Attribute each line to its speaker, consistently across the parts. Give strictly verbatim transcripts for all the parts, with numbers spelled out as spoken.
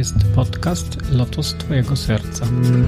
Speaker 1: jest podcast Lotos Twojego Serca.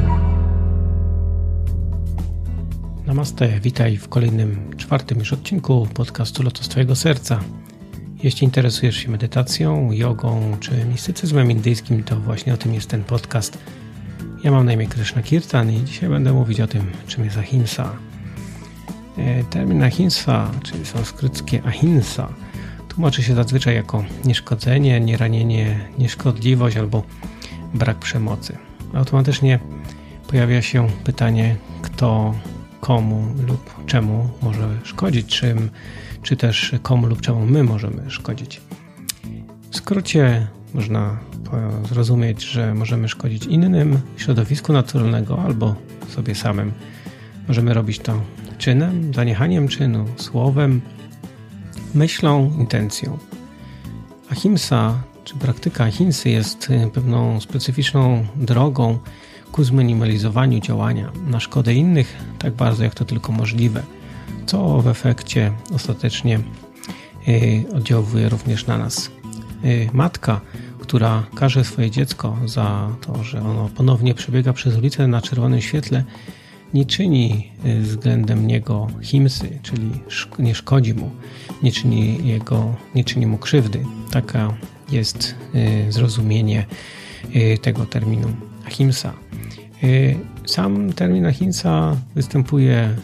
Speaker 1: Namaste, witaj w kolejnym, czwartym już odcinku podcastu Lotos Twojego Serca. Jeśli interesujesz się medytacją, jogą czy mistycyzmem indyjskim, to właśnie o tym jest ten podcast. Ja mam na imię Krishna Kirtan i dzisiaj będę mówić o tym, czym jest ahimsa. Termin ahimsa, czyli sanskryckie ahimsa, tłumaczy się zazwyczaj jako nieszkodzenie, nieranienie, nieszkodliwość albo brak przemocy. Automatycznie pojawia się pytanie, kto komu lub czemu może szkodzić, czym, czy też komu lub czemu my możemy szkodzić. W skrócie można zrozumieć, że możemy szkodzić innym, środowisku naturalnego albo sobie samym. Możemy robić to czynem, zaniechaniem czynu, słowem, myślą, intencją. Ahimsa, czy praktyka ahimsy jest pewną specyficzną drogą ku zminimalizowaniu działania na szkodę innych tak bardzo, jak to tylko możliwe, co w efekcie ostatecznie oddziałuje również na nas. Matka, która karze swoje dziecko za to, że ono ponownie przebiega przez ulicę na czerwonym świetle, nie czyni względem niego himsy, czyli nie szkodzi mu, nie czyni, jego, nie czyni mu krzywdy. Taka jest zrozumienie tego terminu ahimsa. Sam termin ahimsa występuje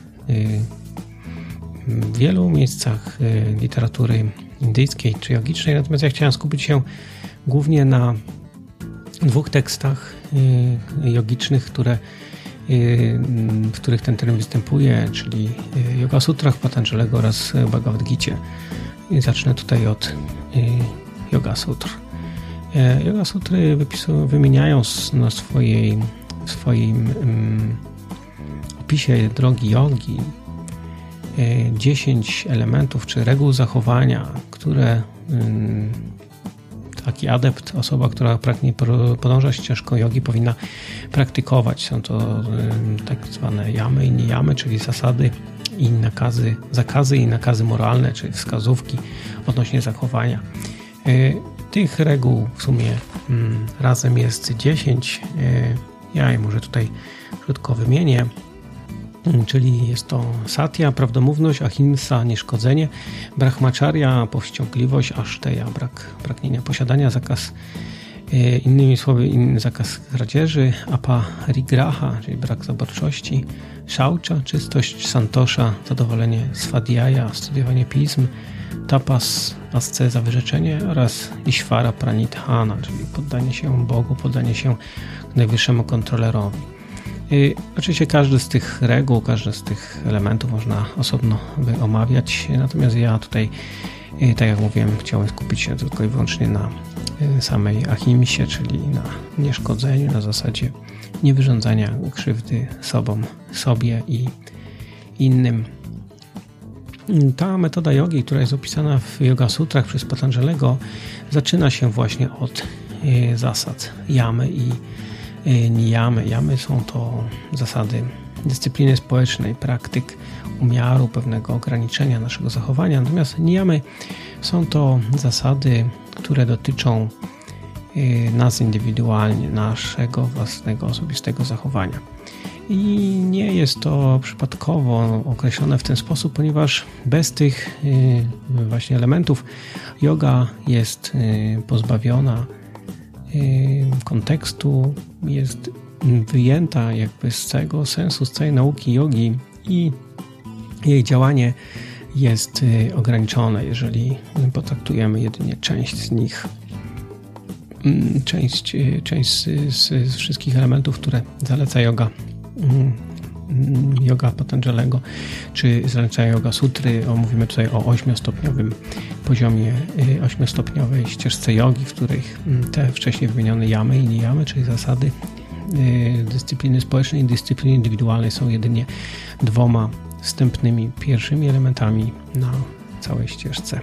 Speaker 1: w wielu miejscach literatury indyjskiej czy jogicznej, natomiast ja chciałem skupić się głównie na dwóch tekstach jogicznych, które w których ten termin występuje, czyli Yoga Sutrach Patanjalego oraz Bhagavad Gicie. I zacznę tutaj od Yoga Sutr. Yoga Sutry wypisują, wymieniają na swojej, swoim um, opisie drogi jogi dziesięć elementów czy reguł zachowania, które um, taki adept, osoba, która pragnie podążać ścieżką jogi, powinna praktykować. Są to tak zwane jamy i nijamy, czyli zasady i nakazy, zakazy i nakazy moralne, czyli wskazówki odnośnie zachowania. Tych reguł w sumie razem jest dziesięć. Ja je może tutaj krótko wymienię. Czyli jest to satya, prawdomówność, ahimsa, nieszkodzenie, brahmacharya, powściągliwość, ashteya, brak pragnienia posiadania, zakaz, e, innymi słowy, in, zakaz kradzieży, aparigraha, czyli brak zaborczości, shaucha, czystość, santosha, zadowolenie, svadhyaya, studiowanie pism, tapas, asceza, wyrzeczenie oraz ishvara pranidhana, czyli poddanie się Bogu, poddanie się najwyższemu kontrolerowi. I oczywiście każdy z tych reguł, każdy z tych elementów można osobno omawiać, natomiast ja tutaj, tak jak mówiłem, chciałem skupić się tylko i wyłącznie na samej ahimsie, czyli na nieszkodzeniu, na zasadzie niewyrządzania krzywdy sobą, sobie i innym. Ta metoda jogi, która jest opisana w Yoga Sutrach przez Patanjalego, zaczyna się właśnie od zasad jamy i nijamy. Jamy są to zasady dyscypliny społecznej, praktyk, umiaru, pewnego ograniczenia naszego zachowania. Natomiast nijamy są to zasady, które dotyczą nas indywidualnie, naszego własnego, osobistego zachowania. I nie jest to przypadkowo określone w ten sposób, ponieważ bez tych właśnie elementów yoga jest pozbawiona kontekstu, jest wyjęta jakby z całego sensu, z całej nauki jogi i jej działanie jest ograniczone, jeżeli potraktujemy jedynie część z nich, część, część z, z, z wszystkich elementów, które zaleca yoga, yoga Patanjalego, czy zaleca Yoga Sutry. Mówimy tutaj o ośmiostopniowym poziomie, ośmiostopniowej ścieżce jogi, w której te wcześniej wymienione jamy i nijamy, czyli zasady dyscypliny społecznej i dyscypliny indywidualnej są jedynie dwoma wstępnymi pierwszymi elementami na całej ścieżce.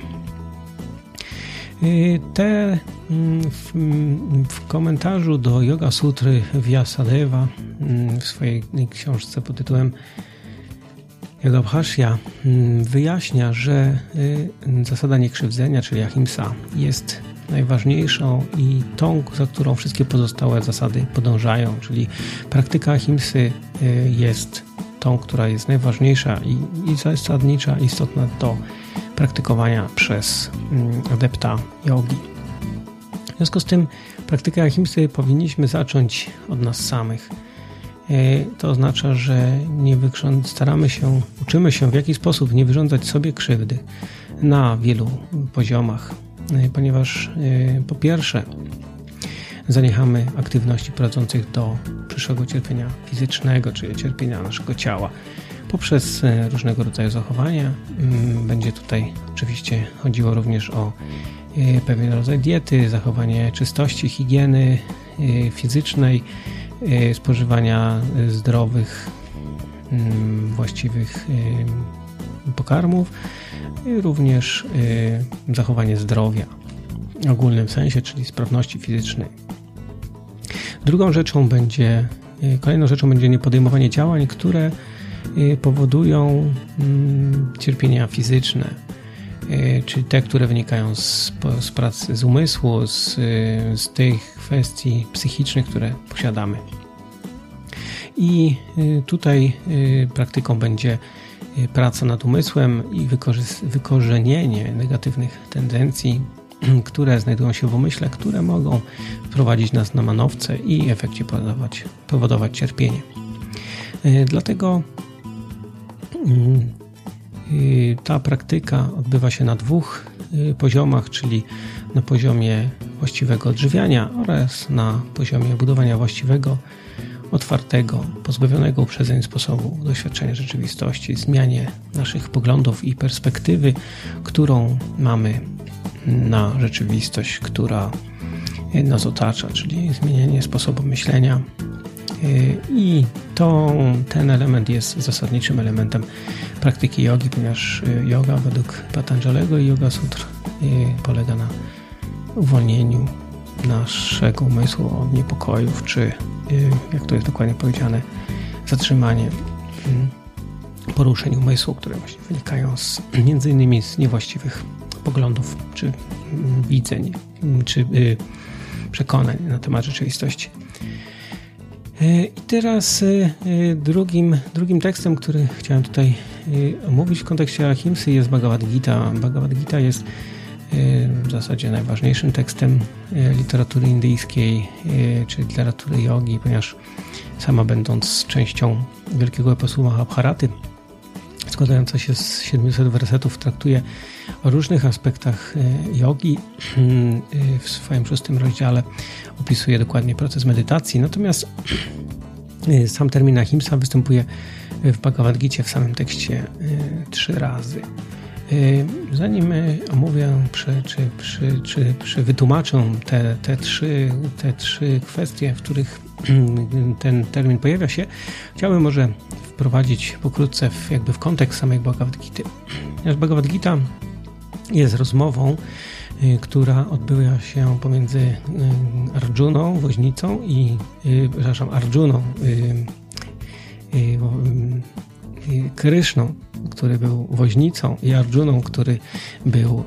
Speaker 1: Te w, w komentarzu do Yoga Sutry Vyasadeva w swojej książce pod tytułem Yoga Bhashya wyjaśnia, że zasada niekrzywdzenia, czyli ahimsa, jest najważniejszą i tą, za którą wszystkie pozostałe zasady podążają, czyli praktyka ahimsy jest tą, która jest najważniejsza i, i zasadnicza, istotna do praktykowania przez adepta jogi. W związku z tym praktykę ahimsy powinniśmy zacząć od nas samych. To oznacza, że nie wyrząd, staramy się, uczymy się w jakiś sposób nie wyrządzać sobie krzywdy na wielu poziomach, ponieważ po pierwsze zaniechamy aktywności prowadzących do przyszłego cierpienia fizycznego, czyli cierpienia naszego ciała poprzez różnego rodzaju zachowania. Będzie tutaj oczywiście chodziło również o pewien rodzaj diety, zachowanie czystości, higieny fizycznej, spożywania zdrowych, właściwych pokarmów i również zachowanie zdrowia w ogólnym sensie, czyli sprawności fizycznej. Drugą rzeczą będzie, kolejną rzeczą będzie niepodejmowanie działań, które powodują cierpienia fizyczne, czyli te, które wynikają z, z pracy z umysłu, z, z tych kwestii psychicznych, które posiadamy. I tutaj praktyką będzie praca nad umysłem i wykorzenienie negatywnych tendencji, które znajdują się w umyśle, które mogą wprowadzić nas na manowce i w efekcie powodować, powodować cierpienie. Dlatego ta praktyka odbywa się na dwóch poziomach, czyli na poziomie właściwego odżywiania oraz na poziomie budowania właściwego, otwartego, pozbawionego uprzedzeń sposobu doświadczenia rzeczywistości, zmianie naszych poglądów i perspektywy, którą mamy na rzeczywistość, która nas otacza, czyli zmienienie sposobu myślenia. I to, ten element jest zasadniczym elementem praktyki jogi, ponieważ yoga według Patanjalego i Yoga Sutr polega na uwolnieniu naszego umysłu od niepokojów, czy jak to jest dokładnie powiedziane, zatrzymanie poruszeń umysłu, które właśnie wynikają z, między innymi z niewłaściwych poglądów, czy widzeń, czy przekonań na temat rzeczywistości. I teraz drugim, drugim tekstem, który chciałem tutaj omówić w kontekście ahimsy, jest Bhagavad Gita. Bhagavad Gita jest w zasadzie najważniejszym tekstem literatury indyjskiej, czy literatury jogi, ponieważ sama będąc częścią wielkiego eposu Mahabharaty, składająca się z siedmiuset wersetów, traktuje o różnych aspektach jogi. W swoim szóstym rozdziale opisuje dokładnie proces medytacji. Natomiast sam termin ahimsa występuje w Bhagavad Gicie w samym tekście trzy razy. Zanim omówię, przy, czy, przy, czy, czy wytłumaczę te, te, trzy, te trzy kwestie, w których ten termin pojawia się, chciałbym może wprowadzić pokrótce w, jakby w kontekst samej Bhagavad Gity. Ponieważ Bhagavad Gita jest rozmową, która odbyła się pomiędzy Arjuną, woźnicą i, przepraszam, Arjuną, Kryszną, który był woźnicą, i Arjuną, który był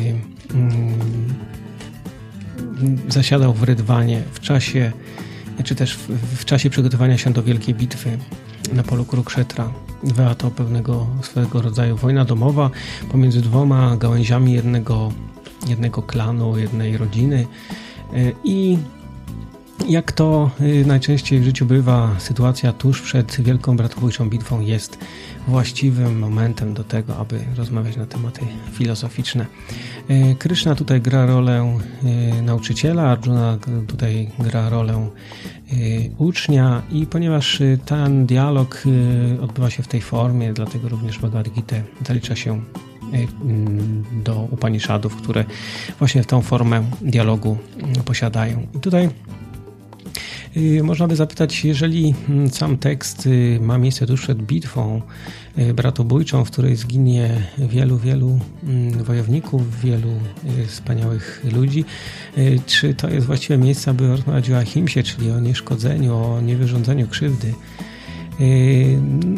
Speaker 1: zasiadał w rydwanie w czasie, czy też w, w czasie przygotowania się do wielkiej bitwy na polu Kurukshetra. Była to pewnego swego rodzaju wojna domowa pomiędzy dwoma gałęziami jednego, jednego klanu, jednej rodziny. I jak to najczęściej w życiu bywa, sytuacja tuż przed wielką bratobójczą bitwą jest właściwym momentem do tego, aby rozmawiać na tematy filozoficzne. Kryszna tutaj gra rolę nauczyciela, Arjuna tutaj gra rolę ucznia, i ponieważ ten dialog odbywa się w tej formie, dlatego również Bhagavad Gita zalicza się do Upanishadów, które właśnie tę formę dialogu posiadają. I tutaj można by zapytać, jeżeli sam tekst ma miejsce tuż przed bitwą bratobójczą, w której zginie wielu, wielu wojowników, wielu wspaniałych ludzi, czy to jest właściwe miejsce, aby rozmawiać o ahimsie, czyli o nieszkodzeniu, o niewyrządzeniu krzywdy? No,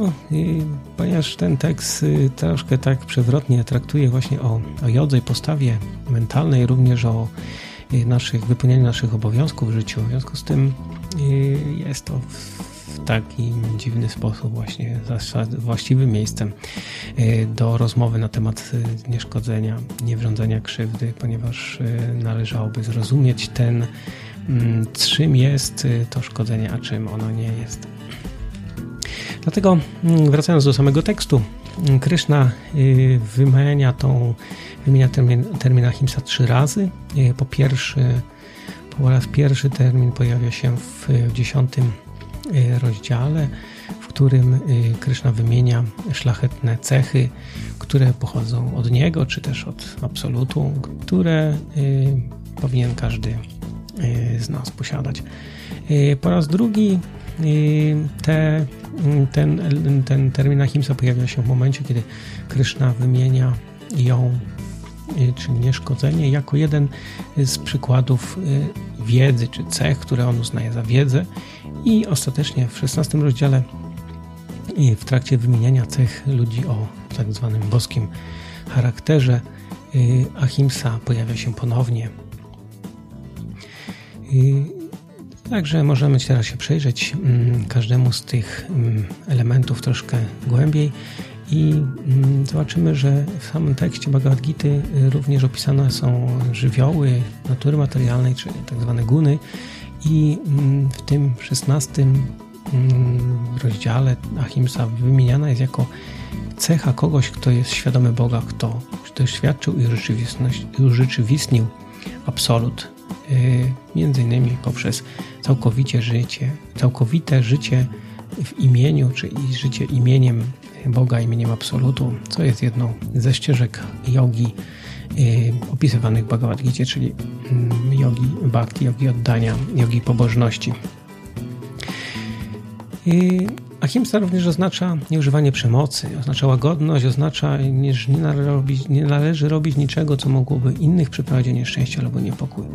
Speaker 1: No, ponieważ ten tekst troszkę tak przewrotnie traktuje właśnie o, o jodze i postawie mentalnej, również o naszych, wypełnianiu naszych obowiązków w życiu. W związku z tym jest to w taki dziwny sposób właśnie właściwym miejscem do rozmowy na temat nieszkodzenia, niewrządzenia krzywdy, ponieważ należałoby zrozumieć ten, czym jest to szkodzenie, a czym ono nie jest. Dlatego, wracając do samego tekstu, Kryszna wymienia, tą, wymienia termin, termin ahimsa trzy razy. Po pierwszy, po raz pierwszy termin pojawia się w dziesiątym rozdziale, w którym Kryszna wymienia szlachetne cechy, które pochodzą od niego, czy też od absolutu, które powinien każdy z nas posiadać. Po raz drugi te, ten, ten termin ahimsa pojawia się w momencie, kiedy Kryszna wymienia ją, czyli nieszkodzenie, jako jeden z przykładów wiedzy czy cech, które on uznaje za wiedzę, i ostatecznie w szesnastym rozdziale w trakcie wymieniania cech ludzi o tak zwanym boskim charakterze ahimsa pojawia się ponownie. Także możemy teraz się przejrzeć każdemu z tych elementów troszkę głębiej i zobaczymy, że w samym tekście Bhagavad Gity również opisane są żywioły natury materialnej, czyli tak zwane guny, i w tym szesnastym rozdziale ahimsa wymieniana jest jako cecha kogoś, kto jest świadomy Boga, kto doświadczył i urzeczywistnił absolut, między innymi poprzez całkowicie życie, całkowite życie w imieniu, czy i życie imieniem Boga, imieniem absolutu, co jest jedną ze ścieżek jogi opisywanych w Bhagavad Gicie, czyli jogi bhakti, jogi oddania, jogi pobożności. Ahimsa również oznacza nieużywanie przemocy, oznacza łagodność, oznacza, że nie należy robić, nie należy robić niczego, co mogłoby innych przyprowadzić do nieszczęścia albo niepokój.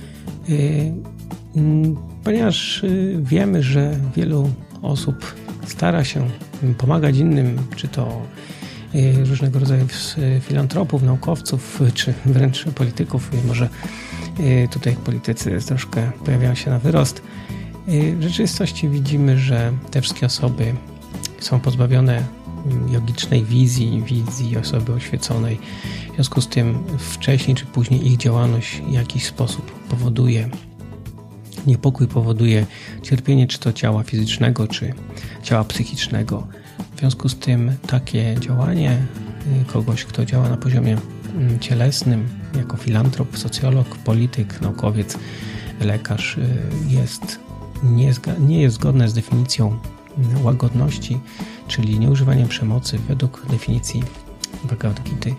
Speaker 1: Ponieważ wiemy, że wielu osób stara się pomagać innym, czy to różnego rodzaju filantropów, naukowców, czy wręcz polityków, mimo że tutaj politycy troszkę pojawiają się na wyrost. W rzeczywistości widzimy, że te wszystkie osoby są pozbawione jogicznej wizji, wizji osoby oświeconej. W związku z tym wcześniej czy później ich działalność w jakiś sposób powoduje niepokój, powoduje cierpienie, czy to ciała fizycznego, czy ciała psychicznego. W związku z tym takie działanie kogoś, kto działa na poziomie cielesnym, jako filantrop, socjolog, polityk, naukowiec, lekarz, jest, nie, nie jest zgodne z definicją łagodności, czyli nieużywanie przemocy według definicji Bhagavad Gity.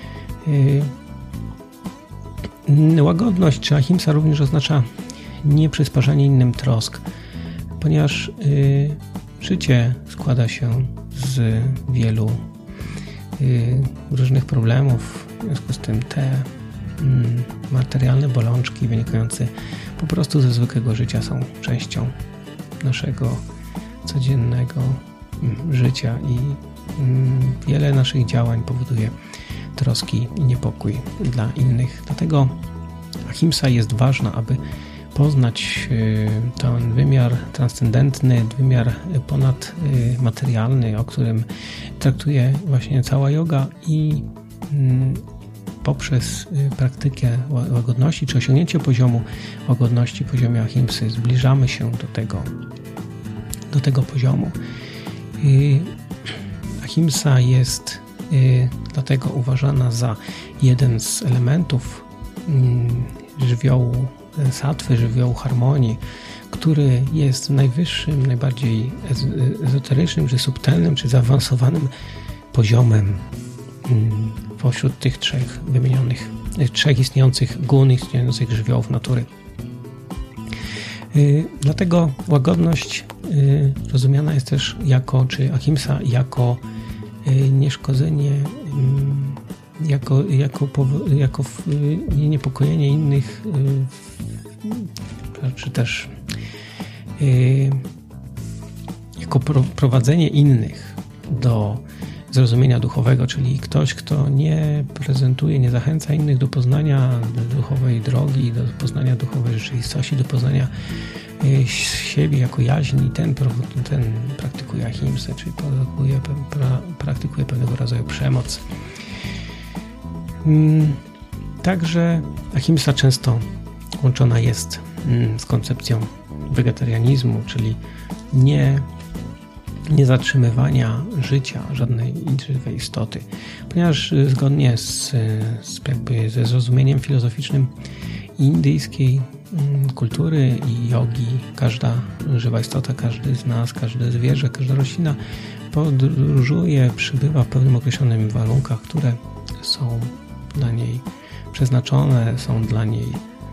Speaker 1: Łagodność czy ahimsa również oznacza nieprzysparzanie innym trosk, ponieważ życie składa się z wielu różnych problemów, w związku z tym te materialne bolączki wynikające po prostu ze zwykłego życia są częścią naszego codziennego życia i wiele naszych działań powoduje troski i niepokój dla innych. Dlatego ahimsa jest ważna, aby poznać ten wymiar transcendentny, wymiar ponadmaterialny, o którym traktuje właśnie cała yoga, i poprzez praktykę łagodności, czy osiągnięcie poziomu łagodności, poziomie ahimsy, zbliżamy się do tego, do tego poziomu. Ahimsa jest dlatego uważana za jeden z elementów żywiołu sattwy, żywiołu harmonii, który jest najwyższym, najbardziej ezoterycznym, czy subtelnym, czy zaawansowanym poziomem pośród tych trzech wymienionych, trzech istniejących gun, istniejących żywiołów natury. Dlatego łagodność rozumiana jest też jako, czy ahimsa jako nieszkodzenie, jako, jako, jako niepokojenie innych, czy też jako prowadzenie innych do zrozumienia duchowego, czyli ktoś, kto nie prezentuje, nie zachęca innych do poznania duchowej drogi, do poznania duchowej rzeczywistości, do poznania siebie jako jaźni, ten, ten praktykuje ahimsę, czyli praktykuje, pra, praktykuje pewnego rodzaju przemoc. Także ahimsa często łączona jest z koncepcją wegetarianizmu, czyli nie, nie zatrzymywania życia żadnej żywej istoty, ponieważ zgodnie z, z jakby ze zrozumieniem filozoficznym indyjskiej kultury i jogi, każda żywa istota, każdy z nas, każde zwierzę, każda roślina podróżuje, przybywa w pewnym określonym warunkach, które są dla niej przeznaczone, są dla niej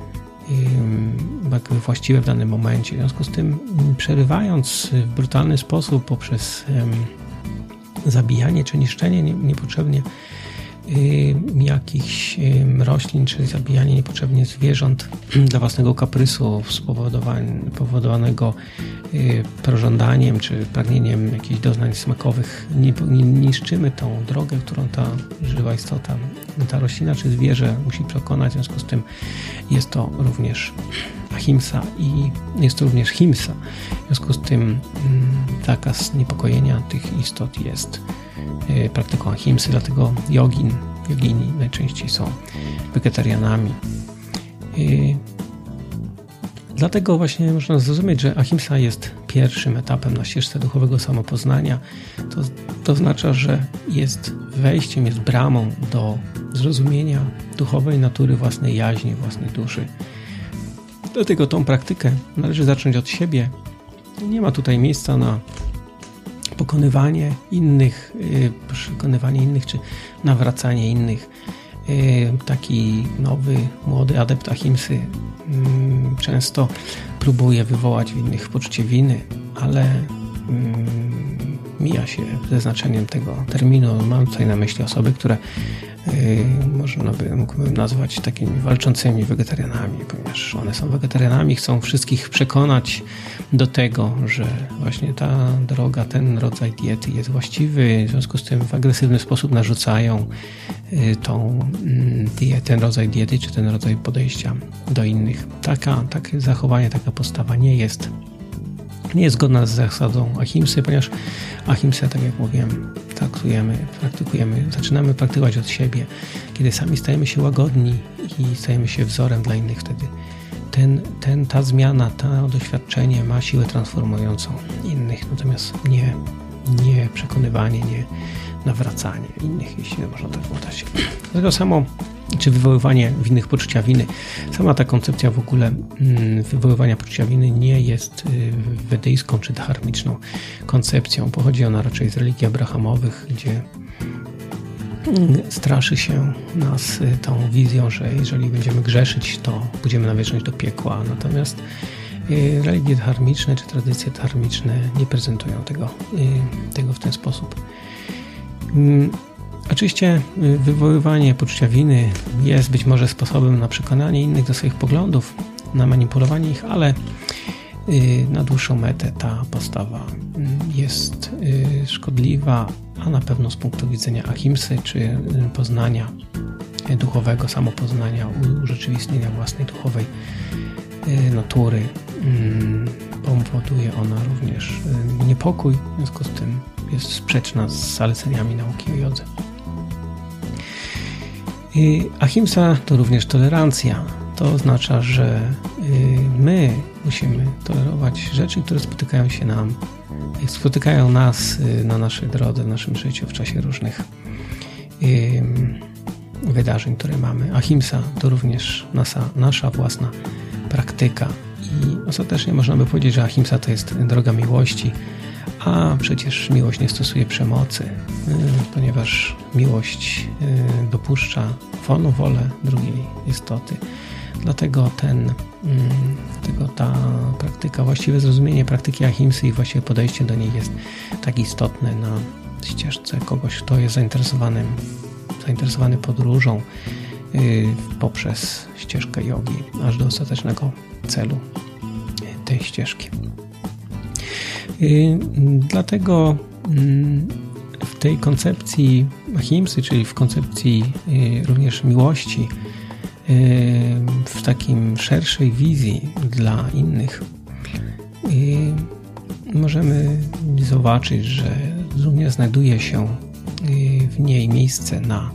Speaker 1: jakby właściwe w danym momencie. W związku z tym, przerywając w brutalny sposób poprzez zabijanie czy niszczenie niepotrzebnie jakichś roślin, czy zabijanie niepotrzebnie zwierząt dla własnego kaprysu spowodowanego pożądaniem, czy pragnieniem jakichś doznań smakowych, nie, nie niszczymy tą drogę, którą ta żywa istota, ta roślina czy zwierzę musi przekonać. W związku z tym jest to również ahimsa i jest to również himsa. W związku z tym zakaz niepokojenia tych istot jest praktyką ahimsy, dlatego jogin, jogini najczęściej są wegetarianami. I dlatego właśnie można zrozumieć, że ahimsa jest pierwszym etapem na ścieżce duchowego samopoznania. To, to oznacza, że jest wejściem, jest bramą do zrozumienia duchowej natury własnej jaźni, własnej duszy. Dlatego tą praktykę należy zacząć od siebie. Nie ma tutaj miejsca na pokonywanie innych, przekonywanie innych, czy nawracanie innych. Taki nowy, młody adept ahimsy często próbuje wywołać w innych poczucie winy, ale mija się ze znaczeniem tego terminu. Mam tutaj na myśli osoby, które można by, mógłbym nazwać takimi walczącymi wegetarianami, ponieważ one są wegetarianami, chcą wszystkich przekonać do tego, że właśnie ta droga, ten rodzaj diety jest właściwy, w związku z tym w agresywny sposób narzucają tą dietę, ten rodzaj diety, czy ten rodzaj podejścia do innych. Taka, takie zachowanie, taka postawa nie jest nie jest zgodna z zasadą ahimsy, ponieważ ahimsę, tak jak mówiłem, traktujemy, praktykujemy, zaczynamy praktykować od siebie. Kiedy sami stajemy się łagodni i stajemy się wzorem dla innych, wtedy ten, ten, ta zmiana, to doświadczenie ma siłę transformującą innych, natomiast nie, nie przekonywanie, nie nawracanie innych, jeśli można tak podać. Dlatego samo, czy wywoływanie w innych poczucia winy, sama ta koncepcja w ogóle wywoływania poczucia winy nie jest wedyjską czy dharmiczną koncepcją. Pochodzi ona raczej z religii abrahamowych, gdzie straszy się nas tą wizją, że jeżeli będziemy grzeszyć, to pójdziemy na wieczność do piekła. Natomiast religie dharmiczne czy tradycje dharmiczne nie prezentują tego, tego w ten sposób. Oczywiście wywoływanie poczucia winy jest być może sposobem na przekonanie innych do swoich poglądów, na manipulowanie ich, ale na dłuższą metę ta postawa jest szkodliwa, a na pewno z punktu widzenia ahimsy czy poznania duchowego, samopoznania, urzeczywistnienia własnej duchowej natury powoduje ona również niepokój, w związku z tym jest sprzeczna z zaleceniami nauki o jodze. Ahimsa to również tolerancja. To oznacza, że my musimy tolerować rzeczy, które spotykają się nam, spotykają nas na naszej drodze, w naszym życiu, w czasie różnych wydarzeń, które mamy. Ahimsa to również nasza, nasza własna praktyka. I ostatecznie można by powiedzieć, że ahimsa to jest droga miłości, a przecież miłość nie stosuje przemocy, ponieważ miłość dopuszcza wolną wolę drugiej istoty. Dlatego ten, dlatego ta praktyka, właściwe zrozumienie praktyki ahimsy i właściwe podejście do niej jest tak istotne na ścieżce kogoś, kto jest zainteresowanym, zainteresowany podróżą poprzez ścieżkę jogi, aż do ostatecznego celu tej ścieżki. Dlatego tej koncepcji ahimsy, czyli w koncepcji również miłości, w takim szerszej wizji dla innych, możemy zobaczyć, że również znajduje się w niej miejsce na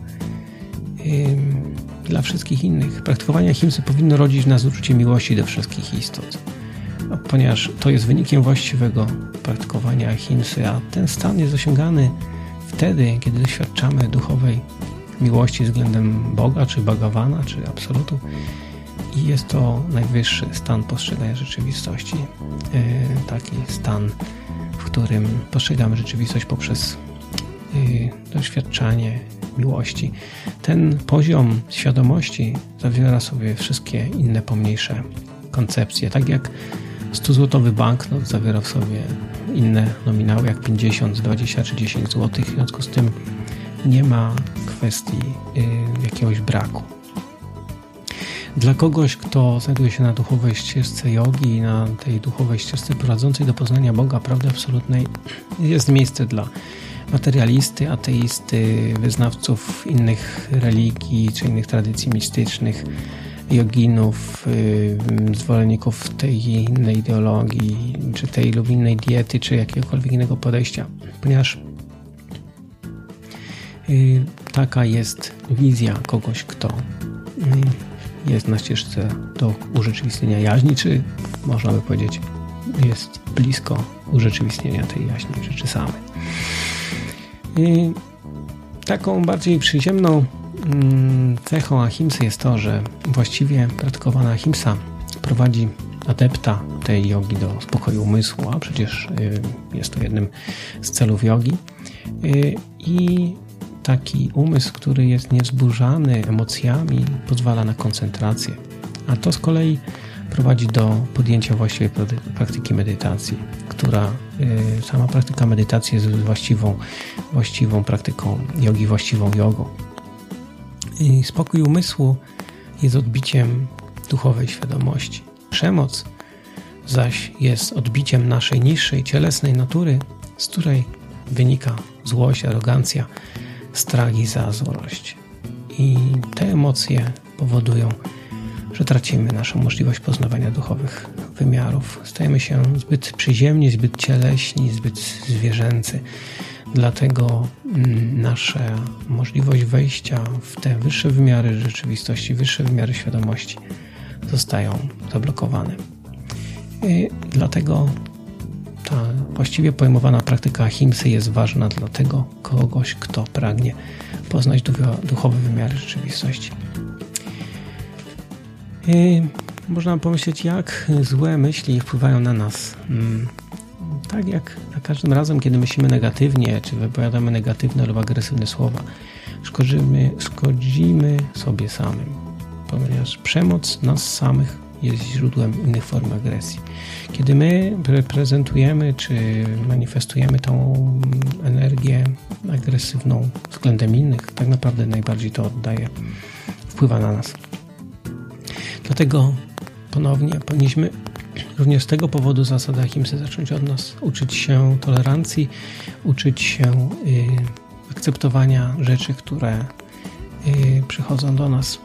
Speaker 1: dla wszystkich innych. Praktykowanie ahimsy powinno rodzić w nas uczucie miłości do wszystkich istot, ponieważ to jest wynikiem właściwego praktykowania ahimsy, a ten stan jest osiągany wtedy, kiedy doświadczamy duchowej miłości względem Boga, czy Bhagavana, czy Absolutu, i jest to najwyższy stan postrzegania rzeczywistości. Taki stan, w którym postrzegamy rzeczywistość poprzez doświadczanie miłości. Ten poziom świadomości zawiera sobie wszystkie inne pomniejsze koncepcje, tak jak stuzłotowy banknot zawiera w sobie inne nominały jak pięćdziesiąt, dwadzieścia czy dziesięć złotych. W związku z tym nie ma kwestii y, jakiegoś braku. Dla kogoś, kto znajduje się na duchowej ścieżce jogi, na tej duchowej ścieżce prowadzącej do poznania Boga, prawdy absolutnej, jest miejsce dla materialisty, ateisty, wyznawców innych religii czy innych tradycji mistycznych, joginów, yy, zwolenników tej innej ideologii, czy tej lub innej diety, czy jakiegokolwiek innego podejścia, ponieważ yy, taka jest wizja kogoś, kto yy, jest na ścieżce do urzeczywistnienia jaźni, czy można by powiedzieć, jest blisko urzeczywistnienia tej jaźni rzeczy samej. Yy, taką bardziej przyziemną cechą ahimsy jest to, że właściwie praktykowana ahimsa prowadzi adepta tej jogi do spokoju umysłu, a przecież jest to jednym z celów jogi. I taki umysł, który jest niewzburzany emocjami, pozwala na koncentrację, a to z kolei prowadzi do podjęcia właściwej praktyki medytacji, która sama praktyka medytacji jest właściwą, właściwą praktyką jogi, właściwą jogą. I spokój umysłu jest odbiciem duchowej świadomości. Przemoc zaś jest odbiciem naszej niższej, cielesnej natury, z której wynika złość, arogancja, strach i zazdrość. I te emocje powodują, że tracimy naszą możliwość poznawania duchowych wymiarów. Stajemy się zbyt przyziemni, zbyt cieleśni, zbyt zwierzęcy. Dlatego nasza możliwość wejścia w te wyższe wymiary rzeczywistości, wyższe wymiary świadomości zostają zablokowane. I dlatego ta właściwie pojmowana praktyka ahimsy jest ważna dla tego kogoś, kto pragnie poznać duchowe wymiary rzeczywistości. I można pomyśleć, jak złe myśli wpływają na nas. Tak jak za każdym razem, kiedy myślimy negatywnie, czy wypowiadamy negatywne lub agresywne słowa, szkodzimy, szkodzimy sobie samym, ponieważ przemoc nas samych jest źródłem innych form agresji. Kiedy my reprezentujemy, czy manifestujemy tą energię agresywną względem innych, tak naprawdę najbardziej to oddaje, wpływa na nas. Dlatego ponownie powinniśmy również z tego powodu zasady ahimsy zacząć od nas uczyć się tolerancji, uczyć się y, akceptowania rzeczy, które y, przychodzą do nas.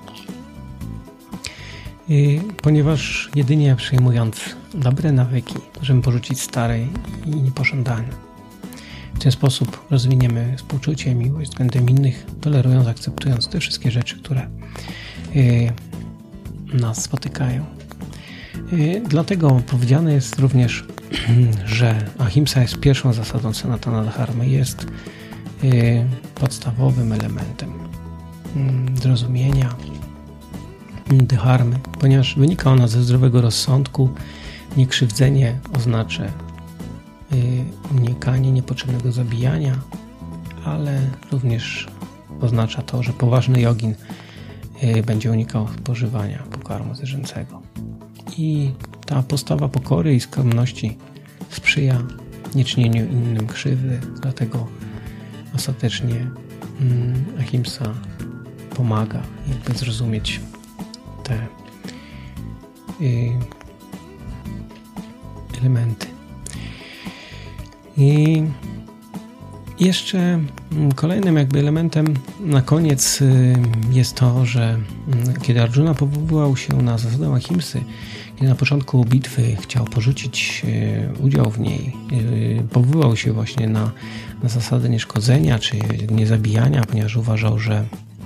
Speaker 1: Y, ponieważ jedynie przyjmując dobre nawyki możemy porzucić stare i niepożądane. W ten sposób rozwiniemy współczucie, miłość względem innych, tolerując, akceptując te wszystkie rzeczy, które y, nas spotykają. Dlatego powiedziane jest również, że ahimsa jest pierwszą zasadą Sanatana Dharmy, jest podstawowym elementem zrozumienia dharmy, ponieważ wynika ona ze zdrowego rozsądku. Niekrzywdzenie oznacza unikanie niepotrzebnego zabijania, ale również oznacza to, że poważny jogin będzie unikał spożywania pokarmu zwierzęcego. I ta postawa pokory i skromności sprzyja nieczynieniu innym krzywdy, dlatego ostatecznie mm, ahimsa pomaga jakby zrozumieć te y, elementy. I Jeszcze kolejnym jakby elementem na koniec jest to, że kiedy Arjuna powoływał się na zasadę ahimsy, kiedy na początku bitwy chciał porzucić udział w niej, powoływał się właśnie na, na zasadę nieszkodzenia czy niezabijania, ponieważ uważał, że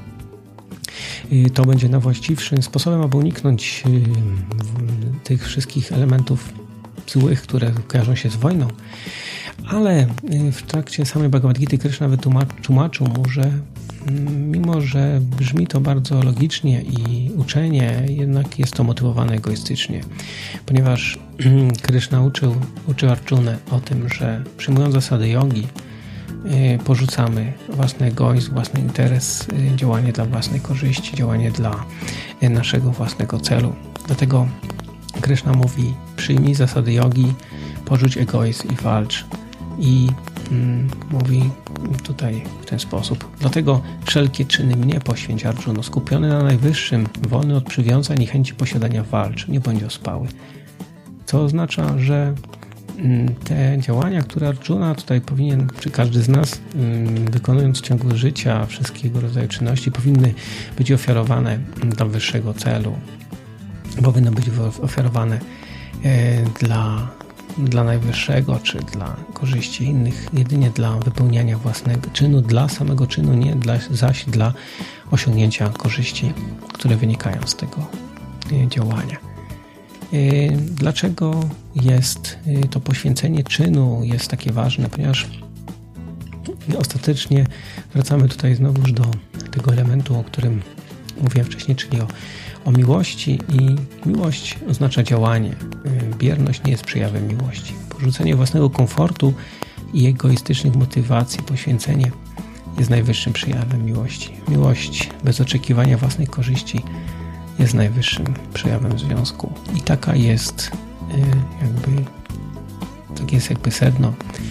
Speaker 1: to będzie najwłaściwszym sposobem, aby uniknąć tych wszystkich elementów złych, które kojarzą się z wojną. Ale w trakcie samej Bhagavad Gity Kryszna wytłumaczył mu, że mimo, że brzmi to bardzo logicznie i uczenie, jednak jest to motywowane egoistycznie. Ponieważ Kryszna uczył, uczył Arjunę o tym, że przyjmując zasady jogi, porzucamy własny egoizm, własny interes, działanie dla własnej korzyści, działanie dla naszego własnego celu. Dlatego Kryszna mówi: przyjmij zasady jogi, porzuć egoizm i walcz. I mm, mówi tutaj w ten sposób: dlatego wszelkie czyny mnie poświęć, Arjuno, skupiony na najwyższym, wolny od przywiązań i chęci posiadania walcz, nie bądź ospały. Co oznacza, że mm, te działania, które Arjuna tutaj powinien, czy każdy z nas, mm, wykonując w ciągu życia wszystkiego rodzaju czynności, powinny być ofiarowane dla wyższego celu, powinny być ofiarowane e, dla dla najwyższego, czy dla korzyści innych, jedynie dla wypełniania własnego czynu, dla samego czynu, nie dla, zaś dla osiągnięcia korzyści, które wynikają z tego działania. Dlaczego jest to poświęcenie czynu jest takie ważne? Ponieważ ostatecznie wracamy tutaj znowuż do tego elementu, o którym mówiłem wcześniej, czyli o o miłości, i miłość oznacza działanie. Bierność nie jest przejawem miłości. Porzucenie własnego komfortu i egoistycznych motywacji, poświęcenie jest najwyższym przejawem miłości. Miłość bez oczekiwania własnej korzyści jest najwyższym przejawem związku. I taka jest jakby, tak jest jakby sedno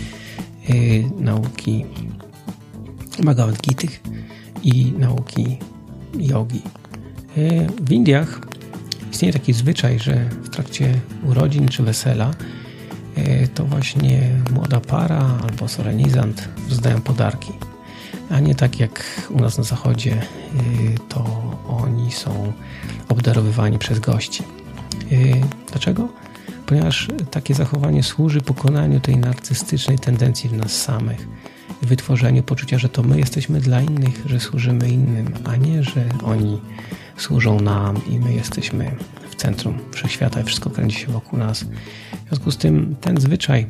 Speaker 1: nauki Bhagavad Gity i nauki jogi. W Indiach istnieje taki zwyczaj, że w trakcie urodzin czy wesela to właśnie młoda para albo solenizant rozdają podarki, a nie tak jak u nas na zachodzie, to oni są obdarowywani przez gości. Dlaczego? Ponieważ takie zachowanie służy pokonaniu tej narcystycznej tendencji w nas samych, wytworzeniu poczucia, że to my jesteśmy dla innych, że służymy innym, a nie, że oni służą nam i my jesteśmy w centrum wszechświata i wszystko kręci się wokół nas. W związku z tym ten zwyczaj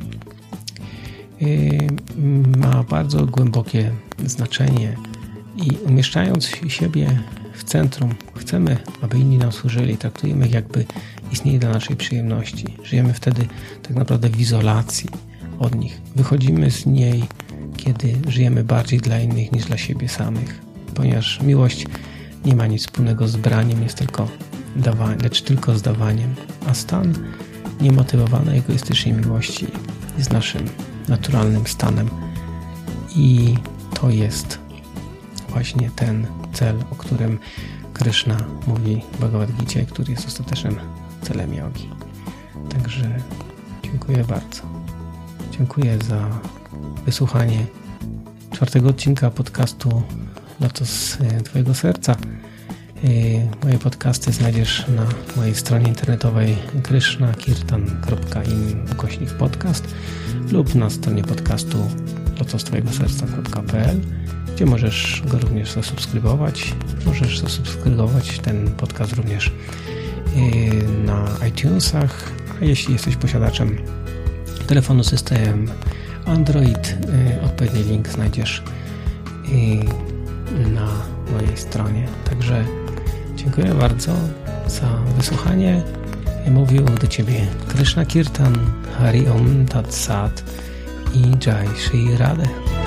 Speaker 1: ma bardzo głębokie znaczenie i umieszczając siebie w centrum, chcemy, aby inni nam służyli, traktujemy ich, jakby istnieli dla naszej przyjemności. Żyjemy wtedy tak naprawdę w izolacji od nich. Wychodzimy z niej, kiedy żyjemy bardziej dla innych niż dla siebie samych, ponieważ miłość nie ma nic wspólnego z braniem, jest tylko dawaniem, lecz tylko z dawaniem, a stan niemotywowanej egoistycznej miłości jest naszym naturalnym stanem i to jest właśnie ten cel, o którym Kryszna mówi w Bhagavad Gicie, który jest ostatecznym celem jogi. Także dziękuję bardzo. Dziękuję za wysłuchanie czwartego odcinka podcastu Lotos Twojego Serca. Moje podcasty znajdziesz na mojej stronie internetowej krishnakirtan kropka in ukośnik podcast lub na stronie podcastu lotos twojego serca kropka p l, gdzie możesz go również zasubskrybować. Możesz zasubskrybować ten podcast również na iTunesach, a jeśli jesteś posiadaczem telefonu z systemem Android, odpowiedni link znajdziesz na mojej stronie. Także dziękuję bardzo za wysłuchanie. Mówił do Ciebie Krishna Kirtan, Hari Om Tat Sat i Jai Shri Radhe.